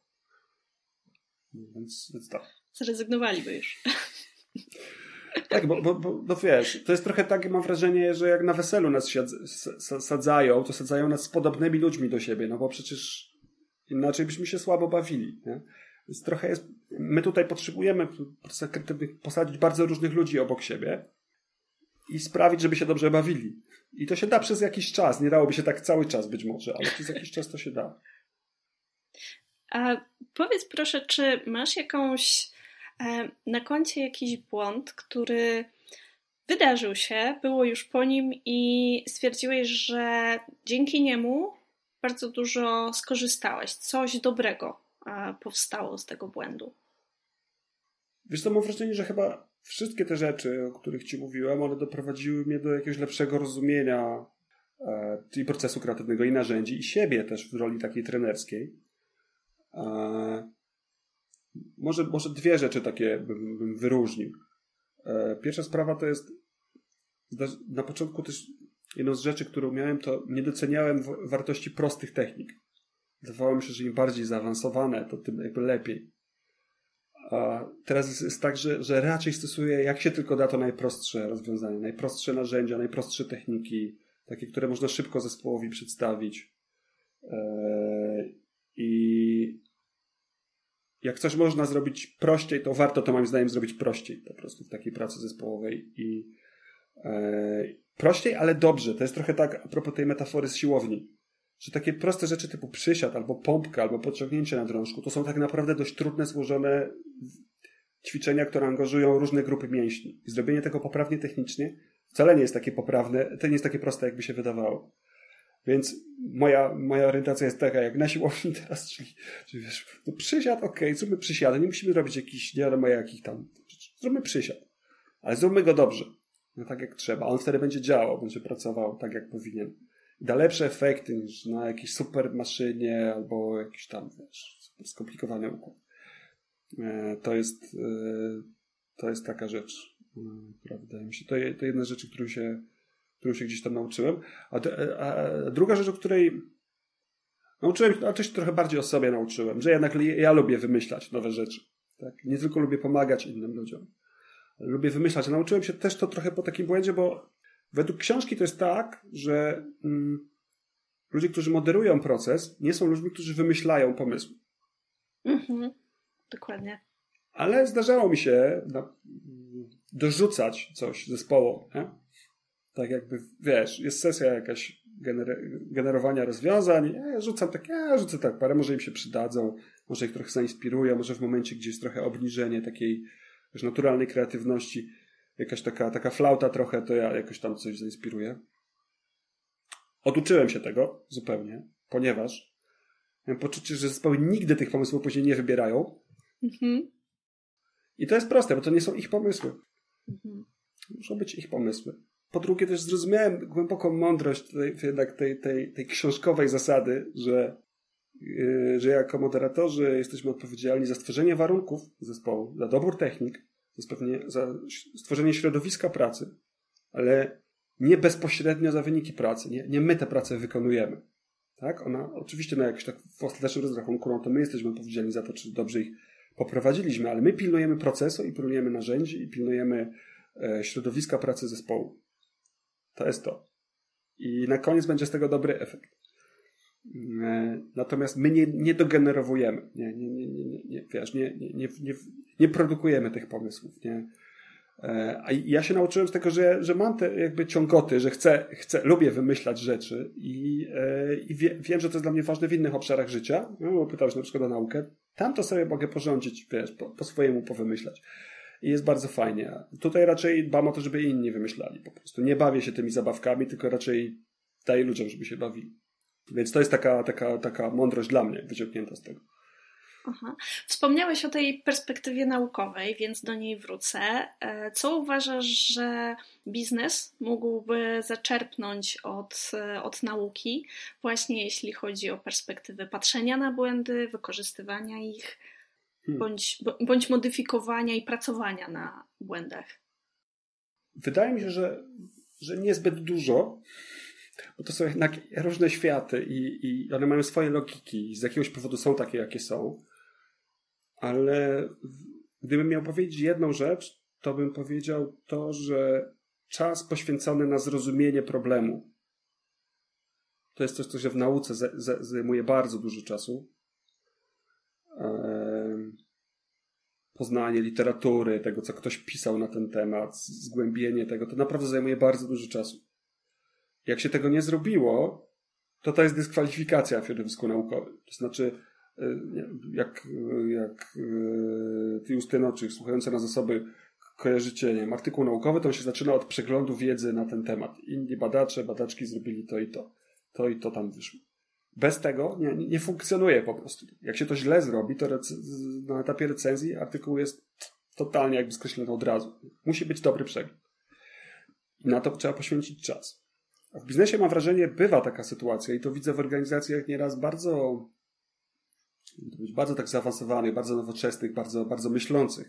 Więc, więc tak. Zrezygnowaliby już. Tak, bo, bo, bo no wiesz, to jest trochę tak, mam wrażenie, że jak na weselu nas siadz, sadzają, to sadzają nas z podobnymi ludźmi do siebie, no bo przecież inaczej byśmy się słabo bawili, nie? Więc trochę jest, my tutaj potrzebujemy w procesach kreatywnych posadzić bardzo różnych ludzi obok siebie i sprawić, żeby się dobrze bawili. I to się da przez jakiś czas, nie dałoby się tak cały czas być może, ale przez jakiś czas to się da. A powiedz proszę, czy masz jakąś na koncie jakiś błąd, który wydarzył się, było już po nim i stwierdziłeś, że dzięki niemu bardzo dużo skorzystałeś, coś dobrego powstało z tego błędu? Wiesz co, mam wrażenie, że chyba wszystkie te rzeczy, o których ci mówiłem, one doprowadziły mnie do jakiegoś lepszego rozumienia e, i procesu kreatywnego, i narzędzi, i siebie też w roli takiej trenerskiej. E, Może, może dwie rzeczy takie bym, bym wyróżnił. E, pierwsza sprawa to jest na początku też jedną z rzeczy, którą miałem, to nie doceniałem w, wartości prostych technik. Wydawało mi się, że im bardziej zaawansowane, to tym jakby lepiej. A teraz jest, jest tak, że, że raczej stosuję jak się tylko da to najprostsze rozwiązania, najprostsze narzędzia, najprostsze techniki, takie, które można szybko zespołowi przedstawić. E, I jak coś można zrobić prościej, to warto to moim zdaniem zrobić prościej po prostu w takiej pracy zespołowej. I e, prościej, ale dobrze. To jest trochę tak a propos tej metafory z siłowni, że takie proste rzeczy typu przysiad, albo pompka, albo podciągnięcie na drążku, to są tak naprawdę dość trudne, złożone ćwiczenia, które angażują różne grupy mięśni. I zrobienie tego poprawnie technicznie wcale nie jest takie poprawne, to nie jest takie proste, jakby się wydawało. Więc moja, moja orientacja jest taka, jak na siłowni teraz, czyli, czyli wiesz, no przysiad, okej, okay, zróbmy przysiady, nie musimy robić jakichś, nie wiadomo jakich tam, zróbmy przysiad, ale zróbmy go dobrze, no tak jak trzeba, on wtedy będzie działał, będzie pracował tak jak powinien. I da lepsze efekty niż na jakiejś super maszynie albo jakiś tam, wiesz, super skomplikowany układ. To jest, to jest taka rzecz, która wydaje mi się, to, to jedna z rzeczy, którą się którą się gdzieś tam nauczyłem. A, a, a druga rzecz, o której nauczyłem się, a też trochę bardziej o sobie nauczyłem, że jednak ja lubię wymyślać nowe rzeczy. Tak? Nie tylko lubię pomagać innym ludziom, ale lubię wymyślać. A nauczyłem się też to trochę po takim błędzie, bo według książki to jest tak, że mm, ludzie, którzy moderują proces, nie są ludźmi, którzy wymyślają pomysły. Mhm, dokładnie. Ale zdarzało mi się na, dorzucać coś zespołom, nie? Tak jakby, wiesz, jest sesja jakaś gener- generowania rozwiązań, ja rzucam tak, ja rzucę tak parę, może im się przydadzą, może ich trochę zainspirują, może w momencie, gdzie jest trochę obniżenie takiej wiesz, naturalnej kreatywności, jakaś taka, taka flauta trochę, to ja jakoś tam coś zainspiruję. Oduczyłem się tego zupełnie, ponieważ miałem poczucie, że zespoły nigdy tych pomysłów później nie wybierają. Mhm. I to jest proste, bo to nie są ich pomysły. Mhm. Muszą być ich pomysły. Po drugie też zrozumiałem głęboką mądrość tej, jednak tej, tej, tej książkowej zasady, że, yy, że jako moderatorzy jesteśmy odpowiedzialni za stworzenie warunków zespołu, za dobór technik, za stworzenie środowiska pracy, ale nie bezpośrednio za wyniki pracy. Nie, nie my tę pracę wykonujemy. Tak? Ona oczywiście na jakiś tak w ostatecznym rozrachunku, no to my jesteśmy odpowiedzialni za to, czy dobrze ich poprowadziliśmy, ale my pilnujemy procesu i pilnujemy narzędzi i pilnujemy e, środowiska pracy zespołu. To jest to. I na koniec będzie z tego dobry efekt. Natomiast my nie, nie dogenerowujemy. Nie, nie, nie, nie, nie, wiesz, nie, nie, nie, nie, nie produkujemy tych pomysłów. Nie. A ja się nauczyłem z tego, że, że mam te jakby ciągoty, że chcę, chcę, lubię wymyślać rzeczy i, i wie, wiem, że to jest dla mnie ważne w innych obszarach życia. No, bo pytałeś na przykład o naukę. Tam to sobie mogę porządzić, wiesz, po, po swojemu powymyślać. I jest bardzo fajnie. Tutaj raczej dbam o to, żeby inni wymyślali po prostu. Nie bawię się tymi zabawkami, tylko raczej daję ludziom, żeby się bawili. Więc to jest taka, taka, taka mądrość dla mnie wyciągnięta z tego. Aha. Wspomniałeś o tej perspektywie naukowej, więc do niej wrócę. Co uważasz, że biznes mógłby zaczerpnąć od, od nauki, właśnie jeśli chodzi o perspektywę patrzenia na błędy, wykorzystywania ich? hmm. bądź, bądź modyfikowania i pracowania na błędach? Wydaje mi się, że, że niezbyt dużo, bo to są jednak różne światy i, i one mają swoje logiki i z jakiegoś powodu są takie, jakie są. Ale gdybym miał powiedzieć jedną rzecz, to bym powiedział to, że czas poświęcony na zrozumienie problemu to jest coś, co się w nauce z, z, zajmuje bardzo dużo czasu. Ehm, poznanie literatury, tego, co ktoś pisał na ten temat, zgłębienie tego, to naprawdę zajmuje bardzo dużo czasu. Jak się tego nie zrobiło, to to jest dyskwalifikacja w środowisku naukowym. To znaczy, jak, jak ty, Justyno, czy słuchające nas osoby kojarzycie, nie wiem, artykuł naukowy, to on się zaczyna od przeglądu wiedzy na ten temat. Inni badacze, badaczki zrobili to i to. To i to tam wyszło. Bez tego nie, nie funkcjonuje po prostu. Jak się to źle zrobi, to rec- na etapie recenzji artykuł jest totalnie jakby skreślony od razu. Musi być dobry przegląd. I na to trzeba poświęcić czas. A w biznesie mam wrażenie, bywa taka sytuacja i to widzę w organizacjach nieraz bardzo bardzo tak zaawansowanych, bardzo nowoczesnych, bardzo, bardzo myślących.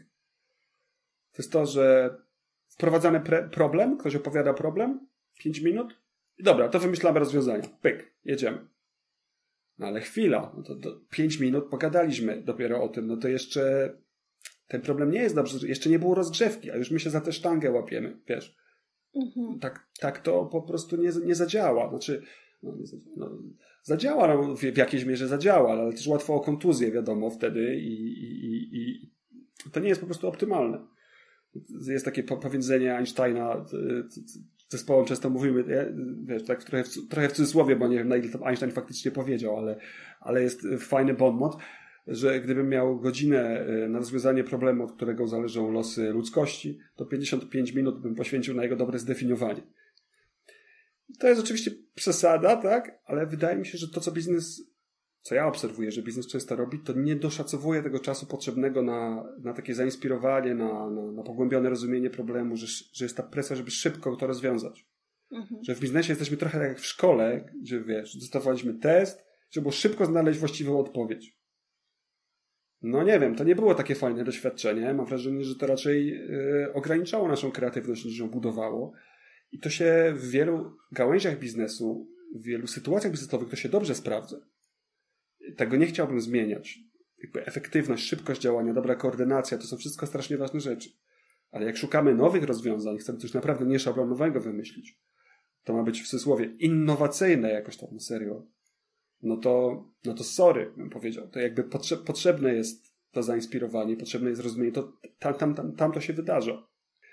To jest to, że wprowadzamy pre- problem, ktoś opowiada problem, pięć minut i dobra, to wymyślamy rozwiązania. Pyk, jedziemy. No ale chwila, no to, to pięć minut pogadaliśmy dopiero o tym, no to jeszcze ten problem nie jest dobrze, jeszcze nie było rozgrzewki, a już my się za tę sztangę łapiemy, wiesz. Mhm. Tak, tak to po prostu nie, nie zadziała. Znaczy, no, nie zadziała, no, zadziała no, w, w jakiejś mierze zadziała, ale też łatwo o kontuzję, wiadomo, wtedy i, i, i, i to nie jest po prostu optymalne. Jest takie powiedzenie Einsteina, zespołem często mówimy, wiesz, tak trochę w, trochę w cudzysłowie, bo nie wiem, na ile to Einstein faktycznie powiedział, ale, ale jest fajny bon mot, że gdybym miał godzinę na rozwiązanie problemu, od którego zależą losy ludzkości, to pięćdziesiąt pięć minut bym poświęcił na jego dobre zdefiniowanie. To jest oczywiście przesada, tak? Ale wydaje mi się, że to, co biznes, co ja obserwuję, że biznes często robi, to nie doszacowuje tego czasu potrzebnego na, na takie zainspirowanie, na, na, na pogłębione rozumienie problemu, że, że jest ta presja, żeby szybko to rozwiązać. Mhm. Że w biznesie jesteśmy trochę tak jak w szkole, gdzie wiesz, dostawaliśmy test, żeby było szybko znaleźć właściwą odpowiedź. No nie wiem, to nie było takie fajne doświadczenie. Mam wrażenie, że to raczej yy, ograniczało naszą kreatywność, niż ją budowało. I to się w wielu gałęziach biznesu, w wielu sytuacjach biznesowych to się dobrze sprawdza. Tego nie chciałbym zmieniać. Jakby efektywność, szybkość działania, dobra koordynacja, to są wszystko strasznie ważne rzeczy. Ale jak szukamy nowych rozwiązań, chcemy coś naprawdę nieszablonowego wymyślić, to ma być w cudzysłowie innowacyjne jakoś tam na serio, no to, no to sorry, bym powiedział. To jakby potrze- potrzebne jest to zainspirowanie, potrzebne jest zrozumienie, to tam, tam, tam, tam to się wydarza.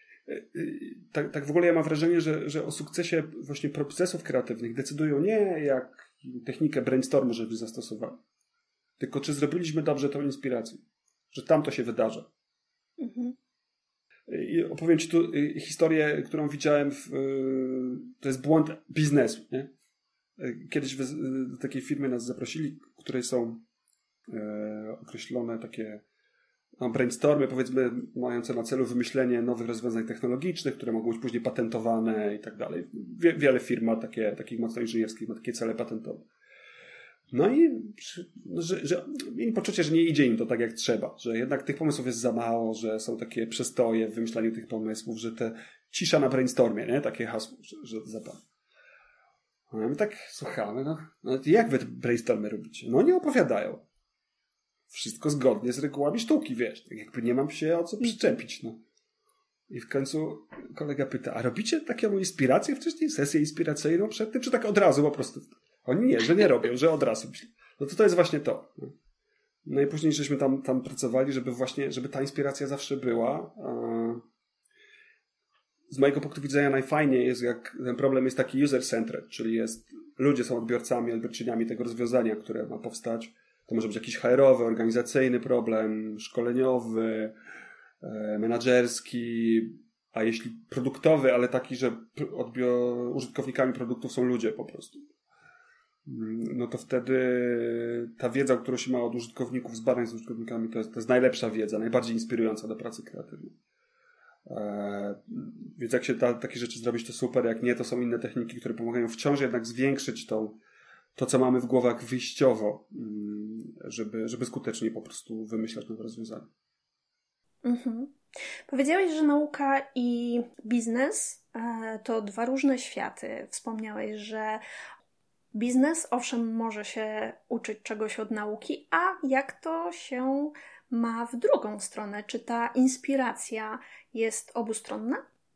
Tak, tak w ogóle ja mam wrażenie, że, że o sukcesie właśnie procesów kreatywnych decydują nie jak technikę brainstormu, żeby zastosowali, tylko czy zrobiliśmy dobrze tą inspirację, że tam to się wydarza. Mhm. I opowiem Ci tu historię, którą widziałem w, to jest błąd biznesu, nie? Kiedyś do takiej firmy nas zaprosili, w której są e, określone takie no, brainstormy, powiedzmy, mające na celu wymyślenie nowych rozwiązań technologicznych, które mogą być później patentowane i tak dalej. Wie, wiele firm ma takie, takich mocno inżynierskich, ma takie cele patentowe. No i no, że, że mieli poczucie, że nie idzie im to tak jak trzeba, że jednak tych pomysłów jest za mało, że są takie przestoje w wymyślaniu tych pomysłów, że te cisza na brainstormie, nie? Takie hasło, że, że zapadło. No my tak słuchamy, no, no jak wy brainstormy robicie? No nie opowiadają. Wszystko zgodnie z regułami sztuki, wiesz. Tak jakby nie mam się o co przyczepić, no. I w końcu kolega pyta, a robicie taką inspirację wcześniej? Sesję inspiracyjną przed tym? Czy tak od razu po prostu? Oni nie, że nie robią, że od razu. No to to jest właśnie to. No i później żeśmy tam, tam pracowali, żeby właśnie, żeby ta inspiracja zawsze była. Z mojego punktu widzenia najfajniej jest, jak ten problem jest taki user-centered, czyli jest, ludzie są odbiorcami, odbiorczyniami tego rozwiązania, które ma powstać. To może być jakiś H R-owy, organizacyjny problem, szkoleniowy, menadżerski, a jeśli produktowy, ale taki, że odbior- użytkownikami produktów są ludzie po prostu. No to wtedy ta wiedza, którą się ma od użytkowników, z badań z użytkownikami, to jest, to jest najlepsza wiedza, najbardziej inspirująca do pracy kreatywnej. Eee, więc jak się ta, takie rzeczy zrobić, to super, jak nie, to są inne techniki, które pomagają wciąż jednak zwiększyć tą, to, co mamy w głowach wyjściowo, żeby, żeby skutecznie po prostu wymyślać nowe rozwiązania. Mhm. Powiedziałeś, że nauka i biznes to dwa różne światy. Wspomniałeś, że biznes owszem może się uczyć czegoś od nauki, a jak to się ma w drugą stronę? Czy ta inspiracja jest obustronna?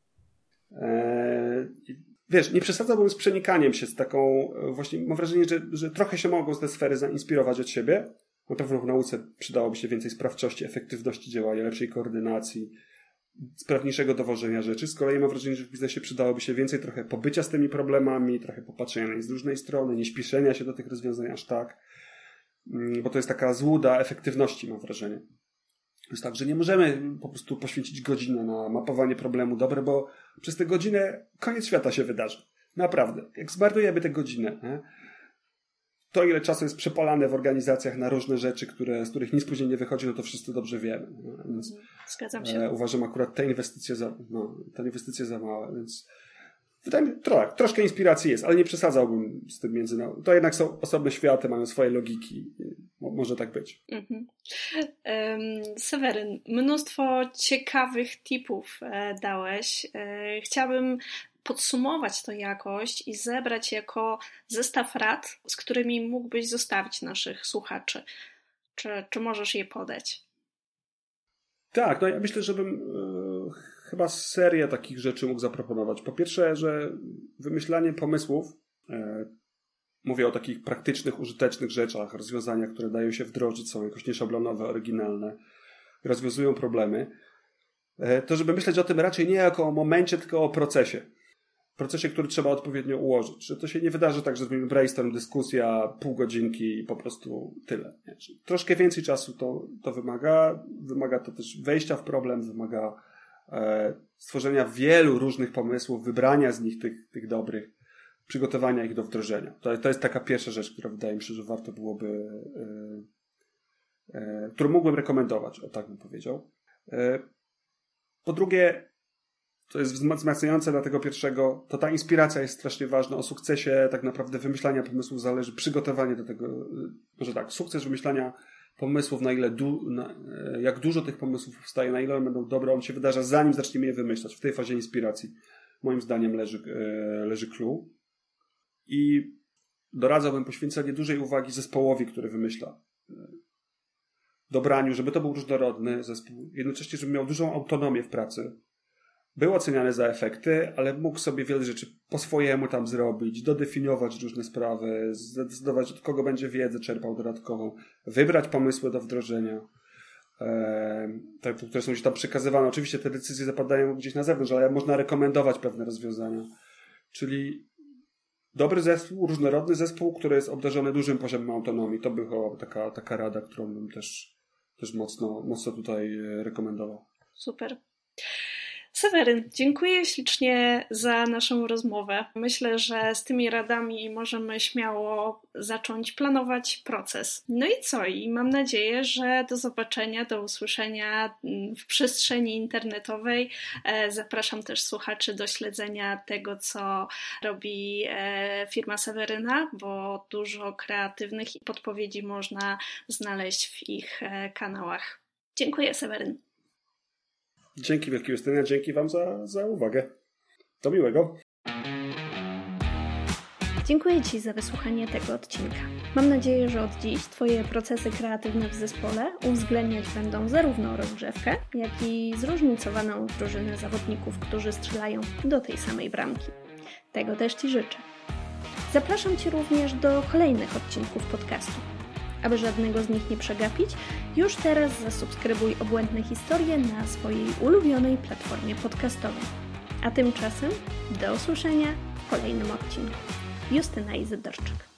Eee, wiesz, nie przesadzałbym z przenikaniem się z taką, właśnie mam wrażenie, że, że trochę się mogą z te sfery zainspirować od siebie. Na pewno w nauce przydałoby się więcej sprawczości, efektywności działania, lepszej koordynacji, sprawniejszego dowożenia rzeczy. Z kolei mam wrażenie, że w biznesie przydałoby się więcej trochę pobycia z tymi problemami, trochę popatrzenia na nie z różnej strony, nie śpieszenia się do tych rozwiązań aż tak, bo to jest taka złuda efektywności, mam wrażenie. To jest tak, że nie możemy po prostu poświęcić godziny na mapowanie problemu dobre, bo przez tę godzinę koniec świata się wydarzy. Naprawdę. Jak zmarnujemy tę godzinę, nie? To ile czasu jest przepalane w organizacjach na różne rzeczy, które, z których nic później nie wychodzi, no to wszyscy dobrze wiemy. Więc, Zgadzam się. E, uważam akurat te inwestycje za, no, te inwestycje za małe, więc wydaje mi się, trochę, troszkę inspiracji jest, ale nie przesadzałbym z tym między nami. To jednak są osobne światy, mają swoje logiki. Może tak być. Mhm. Um, Seweryn, mnóstwo ciekawych tipów e, dałeś. E, chciałabym podsumować to jakoś i zebrać jako zestaw rad, z którymi mógłbyś zostawić naszych słuchaczy. Czy, czy możesz je podać? Tak, no ja myślę, żebym e, chyba serię takich rzeczy mógł zaproponować. Po pierwsze, że wymyślanie pomysłów, e, mówię o takich praktycznych, użytecznych rzeczach, rozwiązaniach, które dają się wdrożyć, są jakoś nieszablonowe, oryginalne, rozwiązują problemy, e, to żeby myśleć o tym raczej nie jako o momencie, tylko o procesie. Procesie, który trzeba odpowiednio ułożyć. Że to się nie wydarzy tak, że zrobimy brainstorm, dyskusja, pół godzinki i po prostu tyle. Nie? Troszkę więcej czasu to, to wymaga. Wymaga to też wejścia w problem, wymaga e, stworzenia wielu różnych pomysłów, wybrania z nich tych, tych dobrych, przygotowania ich do wdrożenia. To, to jest taka pierwsza rzecz, która wydaje mi się, że warto byłoby, e, e, którą mógłbym rekomendować, o tak bym powiedział. E, po drugie, to jest wzmacniające dla tego pierwszego, to ta inspiracja jest strasznie ważna. O sukcesie tak naprawdę wymyślania pomysłów zależy przygotowanie do tego, może tak, sukces wymyślania pomysłów, na ile du, na, jak dużo tych pomysłów powstaje, na ile one będą dobre, on się wydarza zanim zaczniemy je wymyślać. W tej fazie inspiracji moim zdaniem leży, leży clue. I doradzałbym poświęcenie dużej uwagi zespołowi, który wymyśla. Dobraniu, żeby to był różnorodny zespół, jednocześnie, żeby miał dużą autonomię w pracy. Był oceniany za efekty, ale mógł sobie wiele rzeczy po swojemu tam zrobić, dodefiniować różne sprawy, zdecydować, od kogo będzie wiedzę czerpał dodatkową, wybrać pomysły do wdrożenia, e, te, które są gdzieś tam przekazywane. Oczywiście te decyzje zapadają gdzieś na zewnątrz, ale można rekomendować pewne rozwiązania. Czyli dobry zespół, różnorodny zespół, który jest obdarzony dużym poziomem autonomii. To by była taka, taka rada, którą bym też, też mocno, mocno tutaj rekomendował. Super. Seweryn, dziękuję ślicznie za naszą rozmowę. Myślę, że z tymi radami możemy śmiało zacząć planować proces. No i co? I mam nadzieję, że do zobaczenia, do usłyszenia w przestrzeni internetowej. Zapraszam też słuchaczy do śledzenia tego, co robi firma Seweryna, bo dużo kreatywnych podpowiedzi można znaleźć w ich kanałach. Dziękuję, Seweryn. Dzięki wielkie, Justyna, dzięki Wam za, za uwagę. Do miłego. Dziękuję Ci za wysłuchanie tego odcinka. Mam nadzieję, że od dziś Twoje procesy kreatywne w zespole uwzględniać będą zarówno rozgrzewkę, jak i zróżnicowaną drużynę zawodników, którzy strzelają do tej samej bramki. Tego też Ci życzę. Zapraszam Cię również do kolejnych odcinków podcastu. Aby żadnego z nich nie przegapić, już teraz zasubskrybuj Obłędne Historie na swojej ulubionej platformie podcastowej. A tymczasem do usłyszenia w kolejnym odcinku. Justyna Izydorczyk.